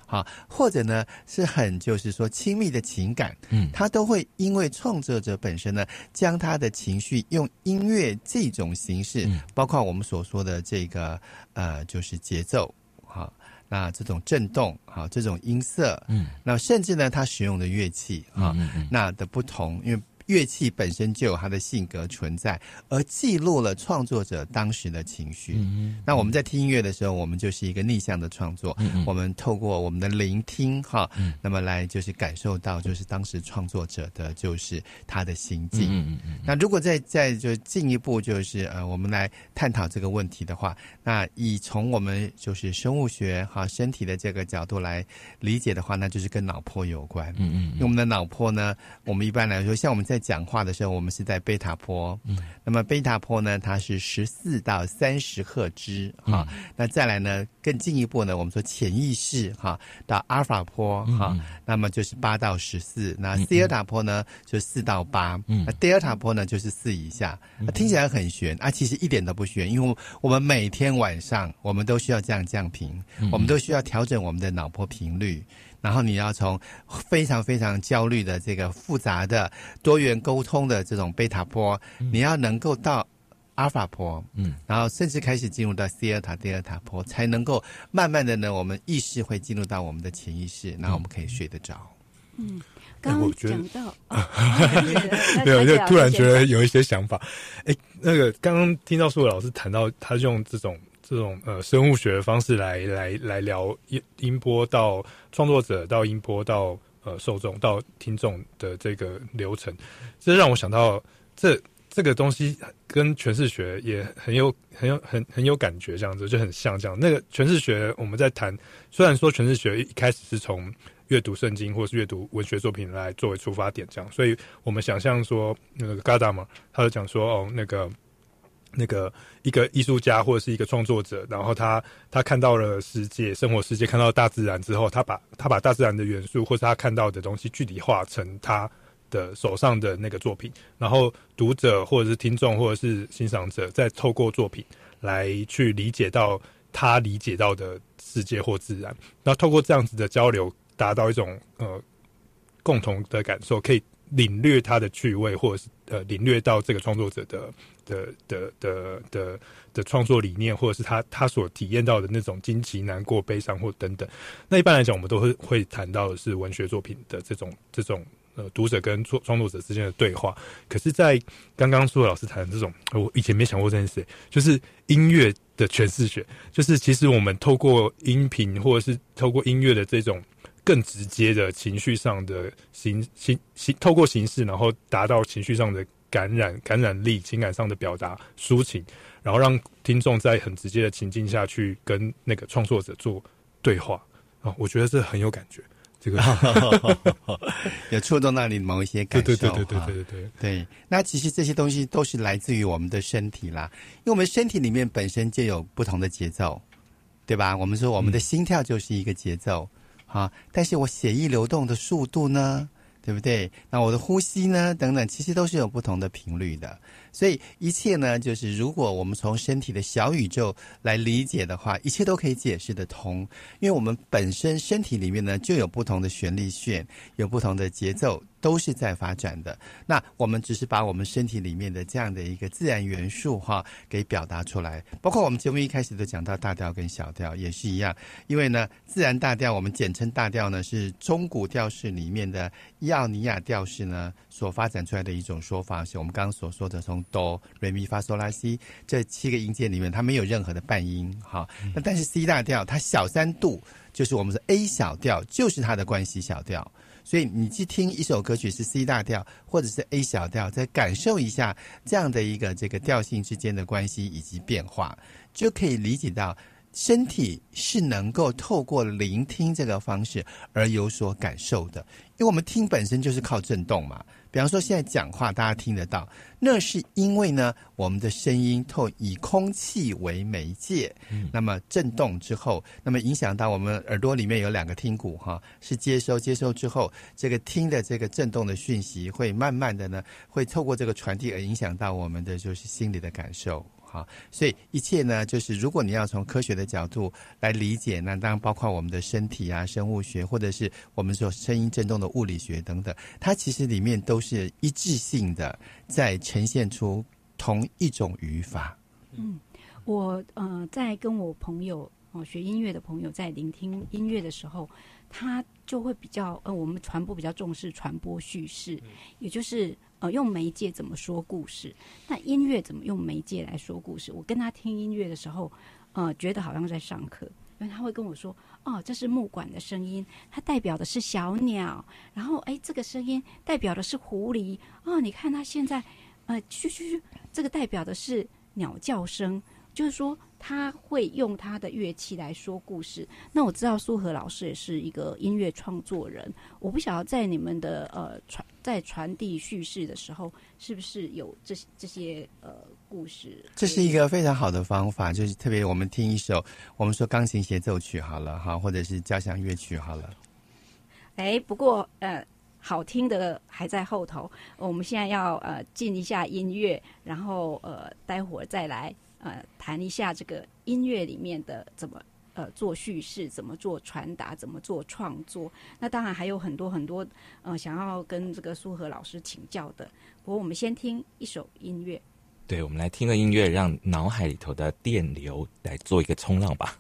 Speaker 4: 好，或者呢是很就是说亲密的情感，他都会因为创作者本身呢，将他的情绪用音乐这种形式，包括我们所说的这个就是节奏，好，那这种震动，好，这种音色，那甚至呢他使用的乐器啊，那的不同，因为乐器本身就有它的性格存在，而记录了创作者当时的情绪。那我们在听音乐的时候，我们就是一个逆向的创作，我们透过我们的聆听哈，那么来就是感受到就是当时创作者的就是他的心境。那如果再就进一步就是我们来探讨这个问题的话，那以从我们就是生物学哈身体的这个角度来理解的话，那就是跟脑波有关。因为我们的脑波呢，我们一般来说像我们在讲话的时候，我们是在贝塔波，那么贝塔波呢，它是14到30赫兹哈。那再来呢，更进一步呢，我们说潜意识哈到阿尔法波哈，那么就是8到14，那西尔塔波呢就4到8，那德尔塔波呢就是4以下。听起来很玄啊，其实一点都不玄，因为我们每天晚上我们都需要这样降频，我们都需要调整我们的脑波频率。然后你要从非常非常焦虑的这个复杂的多元沟通的这种贝塔波，你要能够到阿尔法波，然后甚至开始进入到西尔塔、德尔塔波，才能够慢慢的呢，我们意识会进入到我们的潜意识，然后我们可以睡得着。
Speaker 3: 刚刚讲到，
Speaker 5: 没有，就突然觉得有一些想法。那个刚刚听到苏伟老师谈到，他用这种生物学的方式来聊音波到创作者到音波到受众到听众的这个流程，这让我想到这个东西跟诠释学也很有感觉，这样子就很像这样。那个诠释学我们在谈，虽然说诠释学一开始是从阅读圣经或是阅读文学作品来作为出发点，这样，所以我们想象说那个嘎达嘛，他就讲说那个一个艺术家或者是一个创作者，然后他看到了世界生活世界，看到大自然之后，他把大自然的元素或是他看到的东西具体化成他的手上的那个作品，然后读者或者是听众或者是欣赏者再透过作品来去理解到他理解到的世界或自然，然后透过这样子的交流达到一种共同的感受，可以领略他的趣味，或者是领略到这个创作者的创作理念，或者是他所体验到的那种惊奇、难过、悲伤或等等。那一般来讲，我们都会谈到的是文学作品的这种读者跟创作者之间的对话。可是，在刚刚苏伟老师谈的这种，我以前没想过这件事，就是音乐的诠释学，就是其实我们透过音频或者是透过音乐的这种更直接的情绪上的透过形式，然后达到情绪上的感染力，情感上的表达抒情，然后让听众在很直接的情境下去跟那个创作者做对话我觉得这很有感觉。这个
Speaker 4: 有触动到你某一些感受。
Speaker 5: 对，
Speaker 4: 那其实这些东西都是来自于我们的身体啦，因为我们身体里面本身就有不同的节奏，对吧？我们说我们的心跳就是一个节奏但是我血液流动的速度呢，对不对？那我的呼吸呢等等，其实都是有不同的频率的。所以一切呢，就是如果我们从身体的小宇宙来理解的话，一切都可以解释得通。因为我们本身身体里面呢，就有不同的旋律线，有不同的节奏，都是在发展的。那我们只是把我们身体里面的这样的一个自然元素给表达出来。包括我们节目一开始都讲到大调跟小调也是一样，因为呢，自然大调我们简称大调呢，是中古调式里面的伊奥尼亚调式呢所发展出来的一种说法，是我们刚刚所说的从哆、瑞咪、发、嗦、拉、西这7个音阶里面，它没有任何的半音那但是 C 大调它小3度，就是我们说 A 小调，就是它的关系小调。所以你去听一首歌曲是 C 大调或者是 A 小调，再感受一下这样的一个这个调性之间的关系以及变化，就可以理解到身体是能够透过聆听这个方式而有所感受的。因为我们听本身就是靠震动嘛，比方说现在讲话大家听得到，那是因为呢我们的声音以空气为媒介，那么震动之后，那么影响到我们耳朵里面有2个听骨是接收之后，这个听的这个震动的讯息会慢慢的呢会透过这个传递而影响到我们的就是心理的感受哈。所以一切呢，就是如果你要从科学的角度来理解，那当然包括我们的身体啊、生物学，或者是我们说声音震动的物理学等等，它其实里面都是一致性的，在呈现出同一种语法。
Speaker 3: 我在跟我朋友学音乐的朋友在聆听音乐的时候，他就会比较我们传播比较重视传播叙事，也就是用媒介怎么说故事。那音乐怎么用媒介来说故事？我跟他听音乐的时候，觉得好像在上课，因为他会跟我说，这是木管的声音，它代表的是小鸟，然后这个声音代表的是狐狸，你看它现在啾啾啾，这个代表的是鸟叫声。就是说他会用他的乐器来说故事。那我知道苏荷老师也是一个音乐创作人，我不晓得在你们的在传递叙事的时候，是不是有这些故事？
Speaker 4: 这是一个非常好的方法，就是特别我们听一首，我们说钢琴协奏曲好了哈，或者是交响乐曲好了。
Speaker 3: 不过好听的还在后头，我们现在要进一下音乐，然后待会儿再来谈一下这个音乐里面的怎么做叙事，怎么做传达，怎么做创作。那当然还有很多很多想要跟这个苏荷老师请教的。不过我们先听一首音乐。
Speaker 2: 对，我们来听个音乐，让脑海里头的电流来做一个冲浪吧。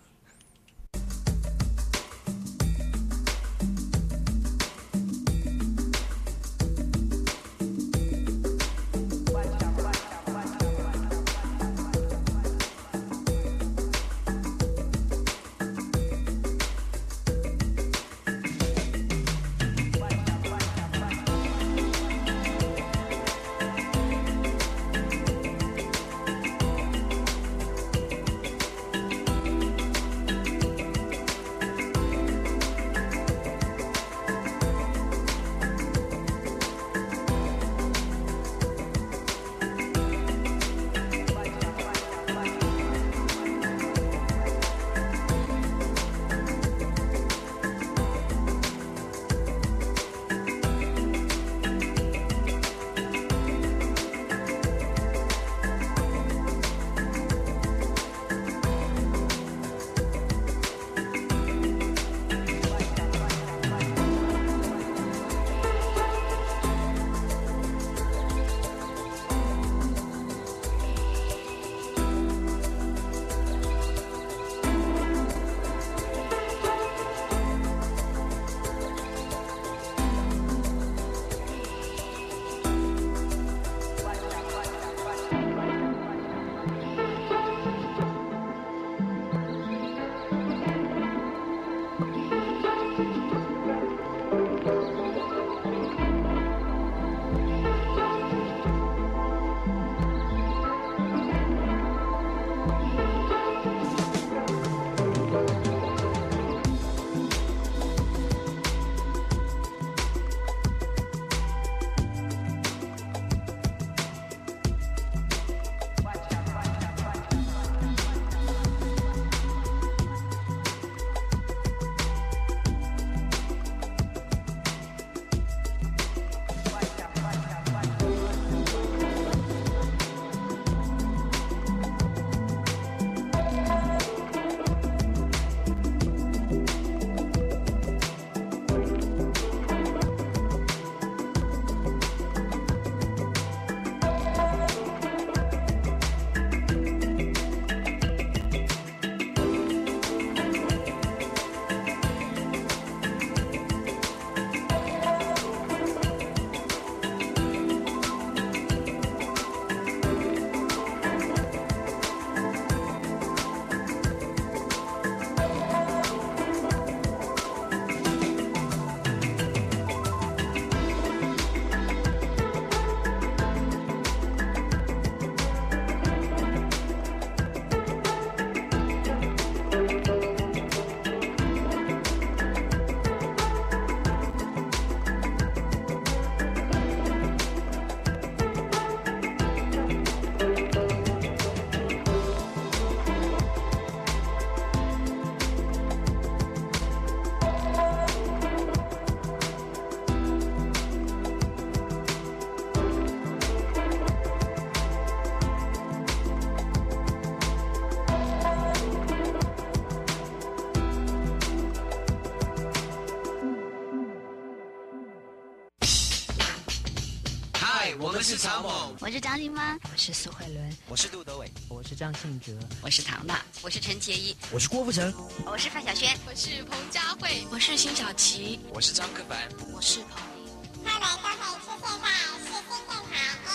Speaker 7: 嗨，我们是草蜢，
Speaker 8: 我是张静芳，
Speaker 9: 我是苏慧伦，
Speaker 10: 我是杜德伟，
Speaker 11: 我是张信哲，
Speaker 12: 我是唐娜，
Speaker 13: 我是陈洁仪，
Speaker 14: 我是郭富城，
Speaker 15: 我是范晓萱，
Speaker 16: 我是彭佳慧，
Speaker 17: 我是辛晓琪，
Speaker 18: 我是张克凡，
Speaker 19: 我是彭丽。
Speaker 20: 他们都会出现在世新电台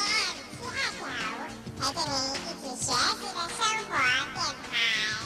Speaker 20: AM 729，陪着您一起学习的生活电台。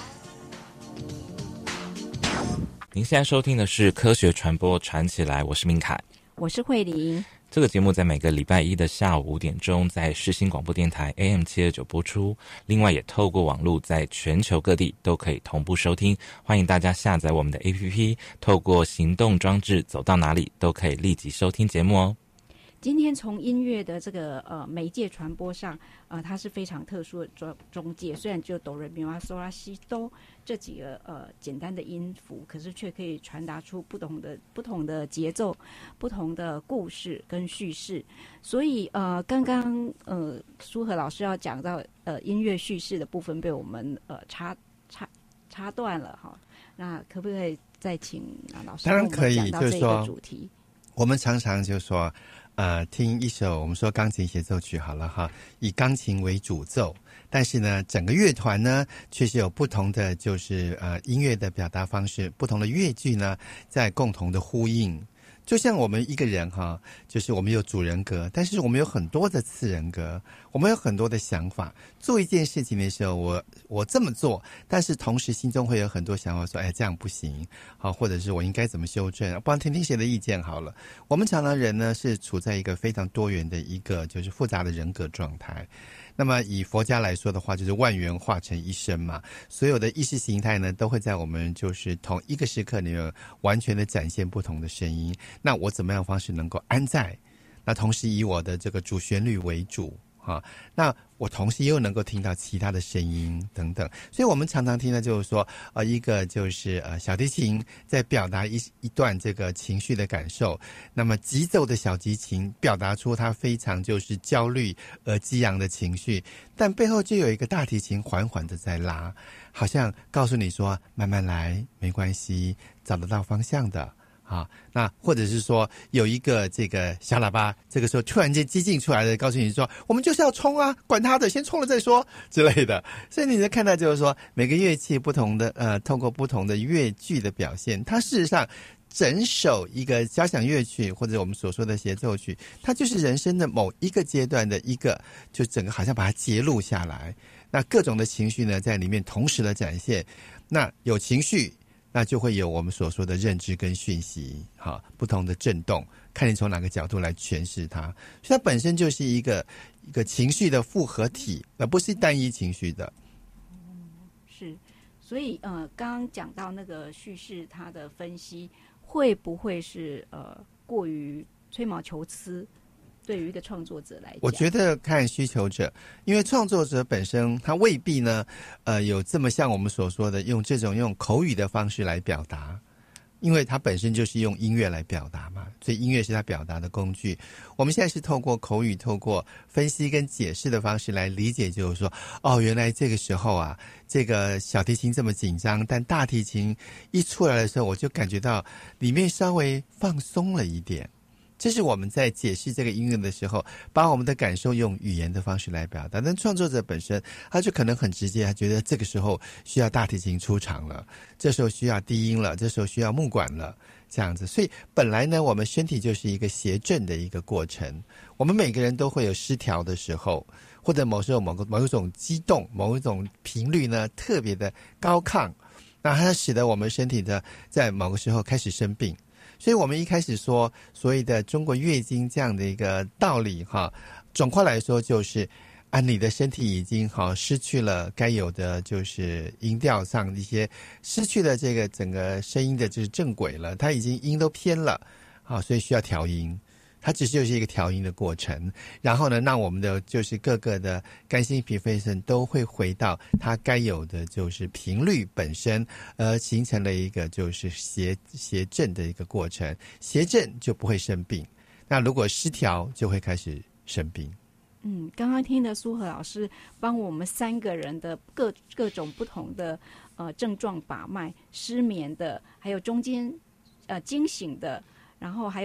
Speaker 2: 您现在收听的是科学传播传起来，我是明凯，
Speaker 3: 我是慧玲。
Speaker 2: 这个节目在每个礼拜一的下午5点钟在世新广播电台 AM 729播出，另外也透过网络在全球各地都可以同步收听，欢迎大家下载我们的 APP， 透过行动装置走到哪里都可以立即收听节目哦。
Speaker 3: 今天从音乐的这个媒介传播上，它是非常特殊的中介。虽然只有哆来咪发嗦拉西哆这几个简单的音符，可是却可以传达出不同的节奏、不同的故事跟叙事。所以刚刚苏和老师要讲到音乐叙事的部分被我们插断了哈。那可不可以再请老师
Speaker 4: 当然可以，
Speaker 3: 讲到这个主题？
Speaker 4: 我们常常就说。听一首我们说钢琴协奏曲好了哈，以钢琴为主奏，但是呢，整个乐团呢却是有不同的就是音乐的表达方式，不同的乐句呢在共同的呼应。就像我们一个人哈，就是我们有主人格，但是我们有很多的次人格，我们有很多的想法。做一件事情的时候，我这么做，但是同时心中会有很多想法说，哎，这样不行，好，或者是我应该怎么修正？不然听听谁的意见好了。我们常常人呢是处在一个非常多元的一个就是复杂的人格状态。那么以佛家来说的话，就是万缘化成一身嘛，所有的意识形态呢都会在我们就是同一个时刻里面完全的展现不同的声音。那我怎么样的方式能够安在？那同时以我的这个主旋律为主啊，那我同时又能够听到其他的声音等等，所以我们常常听到就是说，一个就是小提琴在表达一段这个情绪的感受，那么急奏的小提琴表达出它非常就是焦虑而激昂的情绪，但背后就有一个大提琴缓缓的在拉，好像告诉你说慢慢来，没关系，找得到方向的。啊，那或者是说有一个这个小喇叭，这个时候突然间激进出来的，告诉你说我们就是要冲啊，管他的，先冲了再说之类的。所以你就看到就是说每个乐器不同的透过不同的乐句的表现，它事实上整首一个交响乐曲或者我们所说的协奏曲，它就是人生的某一个阶段的一个，就整个好像把它截录下来，那各种的情绪呢在里面同时的展现，那有情绪那就会有我们所说的认知跟讯息，不同的震动，看你从哪个角度来诠释它。所以它本身就是一个情绪的复合体，而不是单一情绪的。
Speaker 3: 是，所以刚刚讲到那个叙事，它的分析会不会是过于吹毛求疵？对于一个创作者来讲，
Speaker 4: 我觉得看需求者，因为创作者本身他未必呢，有这么像我们所说的用口语的方式来表达，因为他本身就是用音乐来表达嘛，所以音乐是他表达的工具。我们现在是透过口语，透过分析跟解释的方式来理解，就是说，哦，原来这个时候啊，这个小提琴这么紧张，但大提琴一出来的时候，我就感觉到里面稍微放松了一点。这是我们在解释这个音乐的时候，把我们的感受用语言的方式来表达。但创作者本身，他就可能很直接，他觉得这个时候需要大提琴出场了，这时候需要低音了，这时候需要木管了，这样子。所以本来呢，我们身体就是一个谐振的一个过程。我们每个人都会有失调的时候，或者某时候某一种激动，某一种频率呢特别的高亢，那它使得我们身体的在某个时候开始生病。所以我们一开始说所谓的中国乐经这样的一个道理哈，总括来说就是你的身体已经失去了该有的就是音调上一些，失去了这个整个声音的就是正轨了，它已经音都偏了，所以需要调音。它只是就是一个调音的过程，然后呢，让我们的就是各个的肝心脾肺肾都会回到它该有的就是频率本身，形成了一个就是谐振的一个过程，谐振就不会生病，那如果失调就会开始生病。
Speaker 3: 刚刚听的苏和老师帮我们3个人的各种不同的症状把脉，失眠的，还有中间惊醒的，然后还有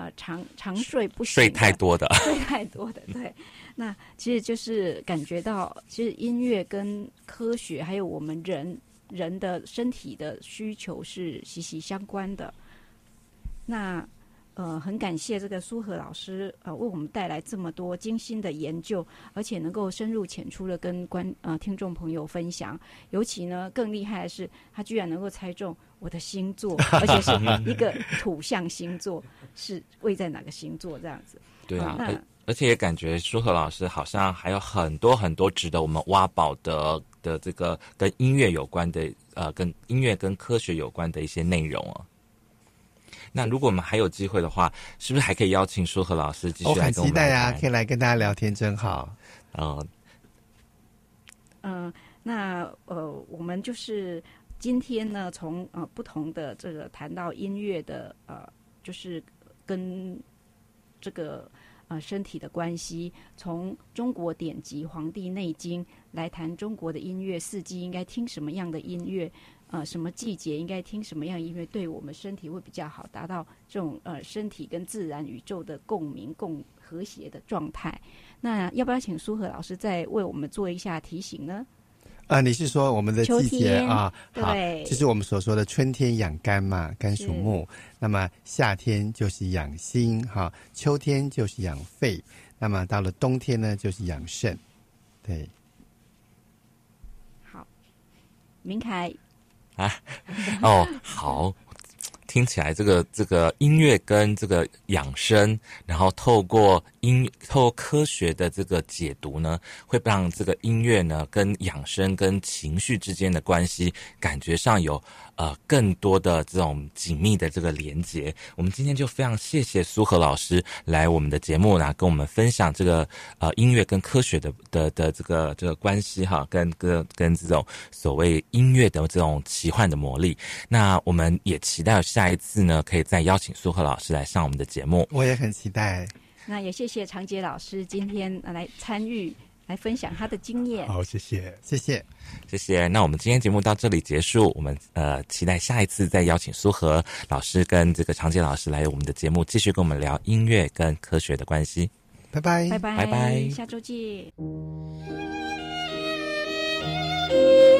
Speaker 3: 长睡不醒，
Speaker 2: 睡太多的，
Speaker 3: 睡太多的，对。那其实就是感觉到，其实音乐跟科学还有我们人的身体的需求是息息相关的。那很感谢这个苏荷老师为我们带来这么多精心的研究，而且能够深入浅出的跟听众朋友分享。尤其呢，更厉害的是，他居然能够猜中我的星座，而且是一个土象星座，是位在哪个星座这样子。
Speaker 2: 对啊，而且也感觉舒和老师好像还有很多很多值得我们挖宝的这个跟音乐有关的跟音乐跟科学有关的一些内容哦。那如果我们还有机会的话，是不是还可以邀请舒和老师继续来跟我们来谈？
Speaker 4: 很期待啊，可以来跟大家聊天，真好。
Speaker 3: 那我们就是今天呢，从不同的这个谈到音乐的就是跟这个身体的关系，从中国典籍《黄帝内经》来谈中国的音乐，四季应该听什么样的音乐，什么季节应该听什么样的音乐，对我们身体会比较好，达到这种身体跟自然宇宙的共鸣、共和谐的状态。那要不要请苏荷老师再为我们做一下提醒呢？
Speaker 4: 你是说我们的季节啊？好，
Speaker 3: 对，
Speaker 4: 就是我们所说的春天养肝嘛，肝属木。那么夏天就是养心哈，秋天就是养肺，那么到了冬天呢，就是养肾。对，
Speaker 3: 好，明凯
Speaker 2: 好。听起来这个音乐跟这个养生，然后透过科学的这个解读呢，会让这个音乐呢跟养生跟情绪之间的关系感觉上有更多的这种紧密的这个连结。我们今天就非常谢谢苏荷老师来我们的节目呢，跟我们分享这个音乐跟科学的这个关系哈，跟这种所谓音乐的这种奇幻的魔力。那我们也期待下一次呢，可以再邀请苏荷老师来上我们的节目。
Speaker 4: 我也很期待。
Speaker 3: 那也谢谢长杰老师今天来参与，来分享他的经验。
Speaker 5: 好，谢谢。
Speaker 2: 那我们今天节目到这里结束，我们期待下一次再邀请苏荷老师跟这个长杰老师来我们的节目，继续跟我们聊音乐跟科学的关系。
Speaker 4: 拜拜，
Speaker 3: 拜拜，
Speaker 2: 拜拜，
Speaker 3: 下周见。